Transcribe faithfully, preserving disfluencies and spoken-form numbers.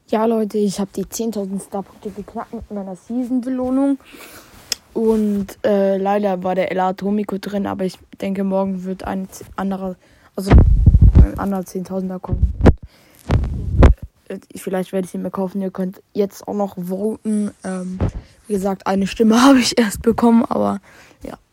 Ja, Leute, ich habe die zehntausend Star-Punkte geknackt mit meiner Season-Belohnung. Und äh, leider war der Ella Atomico drin, aber ich denke, morgen wird ein anderer, also ein anderer zehntausender kommen. Äh, vielleicht werde ich ihn mir kaufen. Ihr könnt jetzt auch noch voten. Ähm, wie gesagt, eine Stimme habe ich erst bekommen, aber ja.